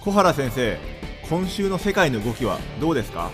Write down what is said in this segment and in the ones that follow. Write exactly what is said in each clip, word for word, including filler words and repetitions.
小原先生、今週の世界の動きはどうですか？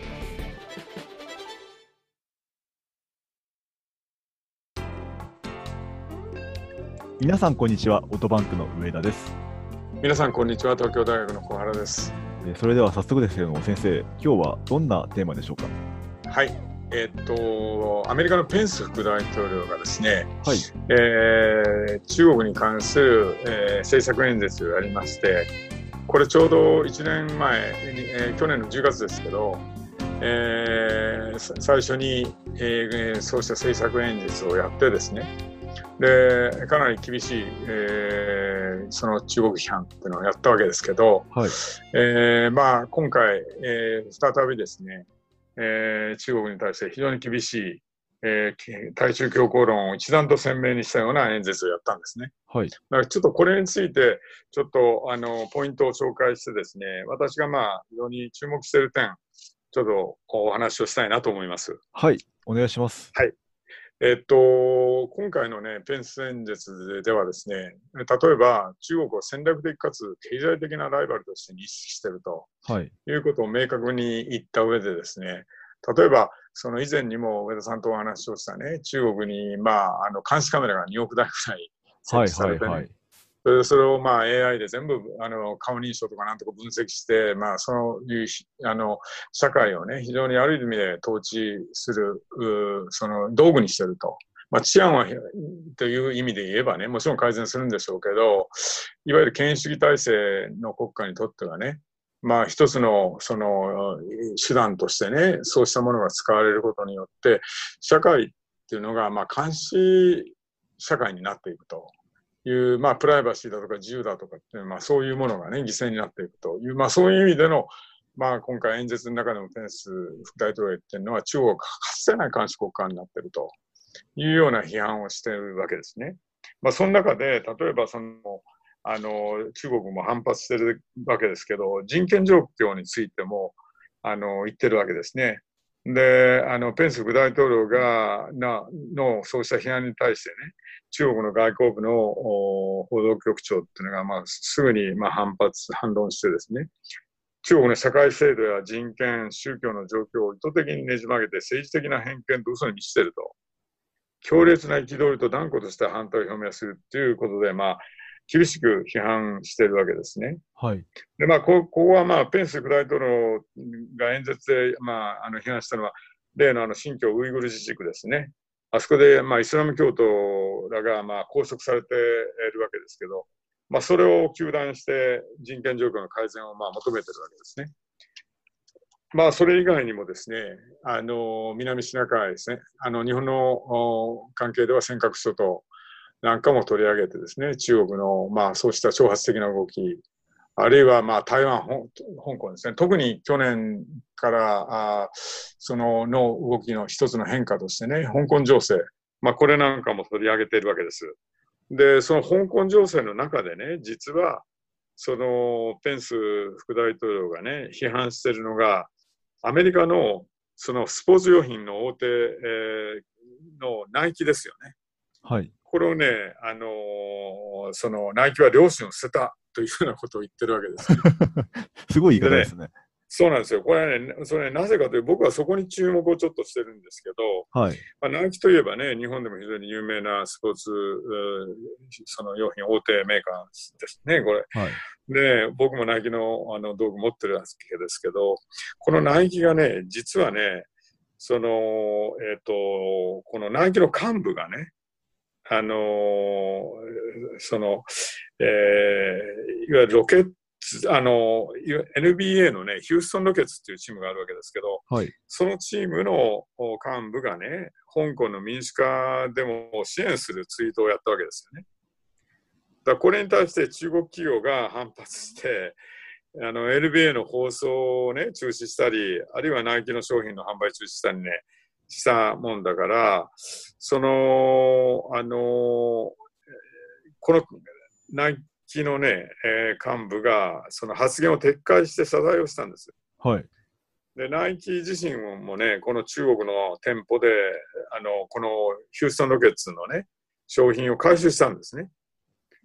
皆さんこんにちは。オートバンクの上田です。 皆さんこんにちは。東京大学の小原です。 それでは早速ですけれども、先生、今日はどんなテーマでしょうか？ はい、えー、っとアメリカのペンス副大統領がですね、 はい、 えー、中国に関する、えー、政策演説をやりまして、これちょうどいちねんまえに、えー、去年のじゅうがつですけど、えー、最初に、えー、そうした政策演説をやってですね、でかなり厳しい、えー、その中国批判っていうのをやったわけですけど、 はい、 えーまあ、今回、えー、再びですね、えー、中国に対して非常に厳しい、えー、対中強硬論を一段と鮮明にしたような演説をやったんですね。 はい、 だからちょっとこれについてちょっとあのポイントを紹介してですね、私がまあ非常に注目している点、ちょっとお話をしたいなと思います。 はい、お願いします。 はい。えっと、今回のね、ペンス演説ではですね、例えば中国を戦略的かつ経済的なライバルとして認識していると、はい、いうことを明確に言った上でですね、例えばその以前にも上田さんとお話をしたね、中国に、まあ、あの監視カメラがにおくだいぐらい設置されてね、はいはいはい、それそれをまあ エーアイ で全部あの顔認証とかなんとか分析して、まあ、そのいうあの社会をね非常にある意味で統治するその道具にしてると、まあ、治安はという意味で言えばねもちろん改善するんでしょうけど、いわゆる権威主義体制の国家にとってはね、まあ一つのその手段としてねそうしたものが使われることによって社会っていうのがまあ監視社会になっていくという、まあ、プライバシーだとか自由だとかっていう、まあ、そういうものがね、犠牲になっていくという、まあ、そういう意味での、まあ、今回演説の中でもペンス副大統領が言ってるのは、中国がかつてない監視国家になっているというような批判をしているわけですね。まあ、その中で、例えばその、あの、中国も反発しているわけですけど、人権状況についても、あの、言ってるわけですね。で、あの、ペンス副大統領が、な、の、そうした批判に対してね、中国の外交部の報道局長っていうのが、まあ、すぐにまあ反発、反論してですね、中国の社会制度や人権、宗教の状況を意図的にねじ曲げて政治的な偏見と嘘に満ちていると、強烈な憤りと断固とした反対を表明するということで、まあ、厳しく批判しているわけですね。 はい。 で、まあ、ここはまあ、ペンス副大統領が演説で、まあ、あの批判したのは、例のあの新疆ウイグル自治区ですね。あそこで、まあ、イスラム教徒らが、まあ、拘束されているわけですけど、まあ、それを糾弾して人権状況の改善を、まあ、求めているわけですね。まあ、それ以外にもですね、あの、南シナ海ですね、あの、日本の関係では尖閣諸島なんかも取り上げてですね、中国の、まあ、そうした挑発的な動き、あるいは、まあ、台湾、香港ですね。特に去年から、あその、の動きの一つの変化としてね、香港情勢。まあ、これなんかも取り上げているわけです。で、その香港情勢の中でね、実は、その、ペンス副大統領がね、批判しているのが、アメリカの、その、スポーツ用品の大手、えー、のナイキですよね。 はい。 これをね、あのー、その、ナイキは良心を捨てた。というようなことを言ってるわけです、ね。 すごい言い方ですね。 でね、そうなんですよ。これね、それね、なぜかというと、僕はそこに注目をちょっとしてるんですけど、はい、まあ、ナイキといえばね、日本でも非常に有名なスポーツ、その用品大手メーカーですね、これ。はい、で、僕もナイキのあの道具持ってるわけですけど、このナイキがね、実はね、その、えっと、このナイキの幹部がね、あのー、その、えー、いわゆるロケッツ、あの、エヌビーエー のね、ヒューストンロケッツっていうチームがあるわけですけど、はい、そのチームの幹部がね、香港の民主化デモを支援するツイートをやったわけですよね。だからこれに対して中国企業が反発して、あの、エヌビーエー の放送をね、中止したり、あるいはナイキの商品の販売中止したりね、したもんだから、その、あの、このナイキのね、えー、幹部がその発言を撤回して謝罪をしたんです。はい。で、ナイキ自身もね、この中国の店舗で、あの、このヒューストンロケッツのね、商品を回収したんですね。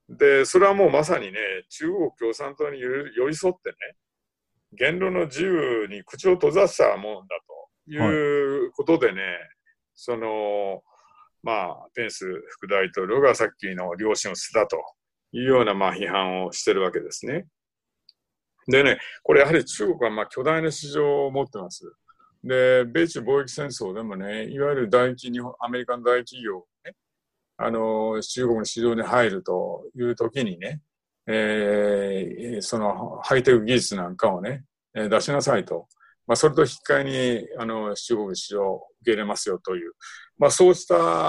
で、それはもうまさにね、中国共産党に寄り添ってね、言論の自由に口を閉ざしたもんだということでね、はい、その、まあ、ペンス副大統領がさっきの良心を捨てたというような、まあ、批判をしてるわけですね。でね、これやはり中国はまあ巨大な市場を持ってます。で、米中貿易戦争でもね、いわゆる大企業、アメリカの大企業がね、あの、中国の市場に入るという時にね、えー、そのハイテク技術なんかをね、出しなさいと。まあ、それと引き換えに、あの、中国の市場を受け入れますよという、まあ、そうした、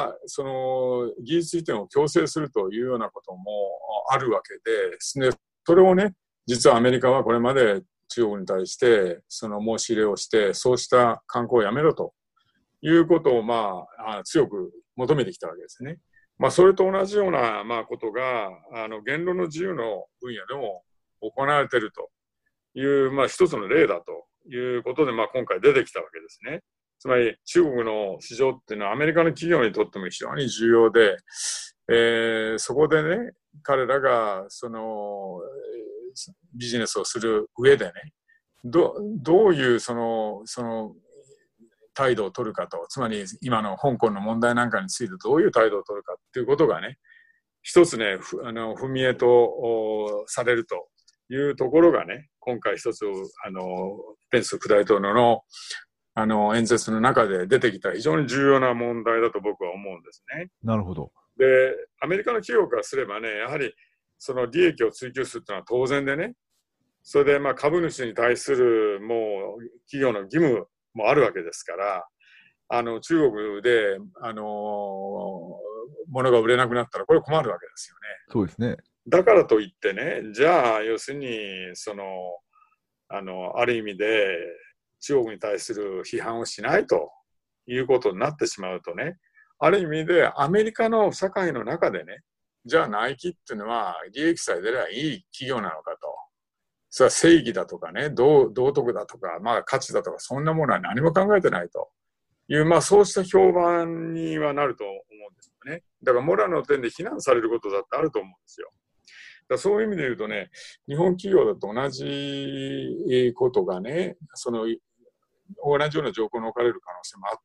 その、技術移転を強制するというようなこともあるわけで、で、それをね、実はアメリカはこれまで中国に対して、その申し入れをして、そうした観光をやめろということを、まあ、強く求めてきたわけですね。まあ、それと同じような、まあ、ことが、あの、言論の自由の分野でも行われているという、まあ、一つの例だということで、まあ、今回出てきたわけですね。つまり、中国の市場っていうのはアメリカの企業にとっても非常に重要で、えー、そこでね、彼らが、その、ビジネスをする上でね、ど、どういうその、その、態度を取るかと、つまり今の香港の問題なんかについてどういう態度を取るかっていうことがね、一つね、あの踏み絵とされるというところがね、今回一つあのペンス副大統領のあの演説の中で出てきた非常に重要な問題だと僕は思うんですね。 なるほど。 で、アメリカの企業からすればね、やはりその利益を追求するというのは当然でね、それでまあ株主に対するもう企業の義務もあるわけですから、あの中国であの物が売れなくなったらこれ困るわけですよね。 そうですね。 だからといってね、じゃあ要するにそのあのある意味で中国に対する批判をしないということになってしまうとね、ある意味でアメリカの社会の中でね、じゃあナイキっていうのは利益さえ出ればいい企業なのかと。それは正義だとかね、道、道徳だとか、まあ価値だとか、そんなものは何も考えてないという、まあそうした評判にはなると思うんですよね。だからモラルの点で非難されることだってあると思うんですよ。だからそういう意味で言うとね、日本企業だと同じことがね、その同じような状況に置かれる可能性もあって、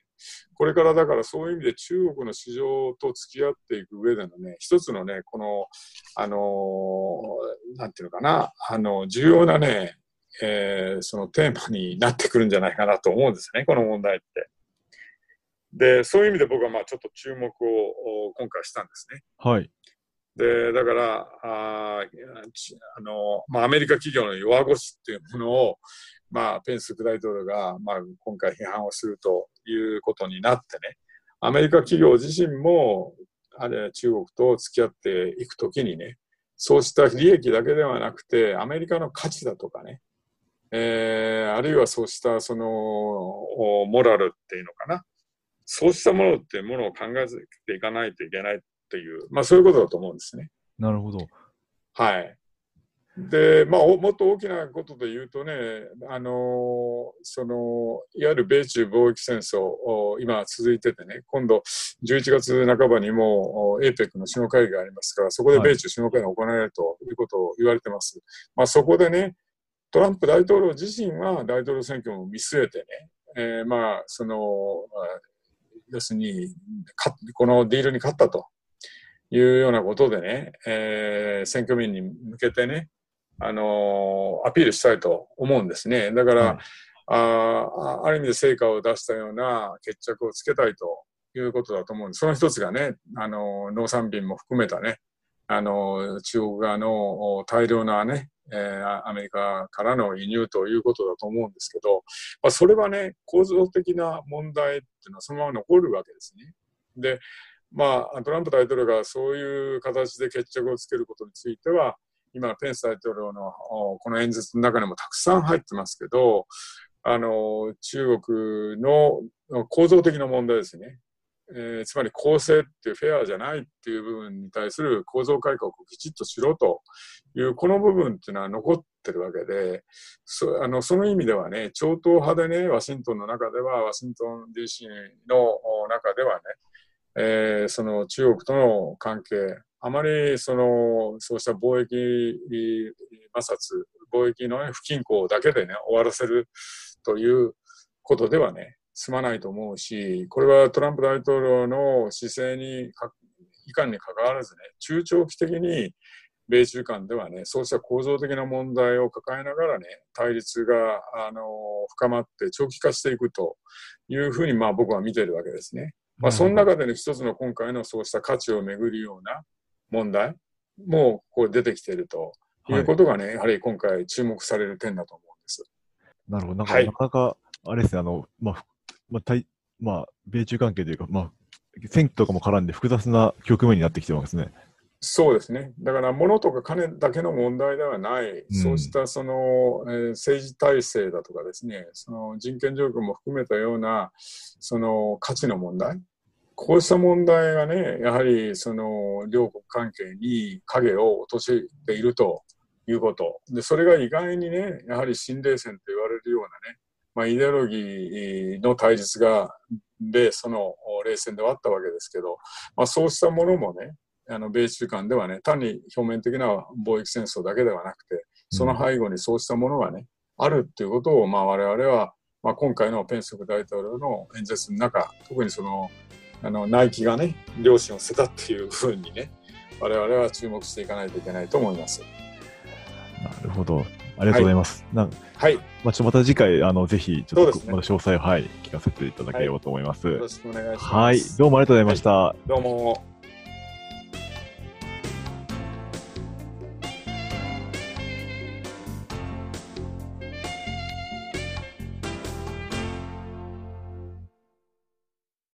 これからだからそういう意味で中国の市場と付き合っていく上でのね、一つのね、この、あの、なんていうのかな、あの、重要なね、えー、そのテーマになってくるんじゃないかなと思うんですね、この問題って。で、そういう意味で僕はまあちょっと注目を今回したんですね。 はい。 で、だから、ああの、まあアメリカ企業の弱腰っていうものを、まあ、ペンス副大統領が、まあ、今回批判をするということになってね、アメリカ企業自身も、あるいは中国と付き合っていくときにね、そうした利益だけではなくて、アメリカの価値だとかね、えー、あるいはそうしたそのモラルっていうのかな、そうしたものっていうものを考えていかないといけないっていう、まあそういうことだと思うんですね。 なるほど。 はい。で、まあ、もっと大きなことで言うとね、あの、その、いわゆる米中貿易戦争、今続いててね、今度じゅういちがつなかばにも エーペック の首脳会議がありますから、そこで米中首脳会議が行われるということを言われてます。はい、まあ、そこでね、トランプ大統領自身は大統領選挙も見据えてね、えー、まあ、その、要するに、このディールに勝ったというようなことでね、えー、選挙民に向けてね、あのー、アピールしたいと思うんですね。だから、はい、あ, ある意味で成果を出したような決着をつけたいということだと思うんです。その一つがね、あのー、農産品も含めたね、あのー、中国側の大量なね、えー、アメリカからの輸入ということだと思うんですけど、まあ、それはね、構造的な問題っていうのはそのまま残るわけですね。で、まあ、トランプ大統領がそういう形で決着をつけることについては、今、ペンス大統領のこの演説の中にもたくさん入ってますけど、あの、中国の構造的な問題ですね。えー、つまり公正っていうフェアじゃないっていう部分に対する構造改革をきちっとしろという、この部分っていうのは残ってるわけで、そ, あのその意味ではね、超党派でね、ワシントンの中では、ワシントン ディーシー の中ではね、えー、その中国との関係、 あまりそのそうした貿易摩擦、貿易の、ね、不均衡だけでね終わらせるということではね済まないと思うし、これはトランプ大統領の姿勢にいかんにかかわらずね、中長期的に米中間ではね、そうした構造的な問題を抱えながらね、対立があの深まって長期化していくというふうにまあ僕は見ているわけですね。まあ、その中でね、一つの今回のそうした価値をめぐるような問題もこう出てきているということがね、はい、やはり今回注目される点だと思うんです。 なるほど。なんか、はい、なかなか、あれですね、あの、まあ、まあ、対まあ、米中関係というか、まあ、選挙とかも絡んで複雑な局面になってきてますね。 そうですね。だから物とか金だけの問題ではない、うん、そうしたその、えー、政治体制だとかですね、その人権状況も含めたようなその価値の問題、こうした問題がね、やはりその両国関係に影を落としているということ。で、それが意外にね、やはり新冷戦と言われるようなね、まあ、イデオロギーの対立が米ソの冷戦ではあったわけですけど、まあ、そうしたものもね、あの米中間ではね、単に表面的な貿易戦争だけではなくて、その背後にそうしたものがね、あるっていうことを、まあ、我々は、まあ、今回のペンス副大統領の演説の中、特にそのあのナイキがね、良心を捨てたっていうふうにね、我々は注目していかないといけないと思います。 なるほど。ありがとうございます。はい。なはい。 まあ、ちょっとまた次回、あの、ぜひ、ちょっと、また詳細を、はい、聞かせていただければと思います。はい、 よろしくお願いします。 はい。どうもありがとうございました。 はい、どうも。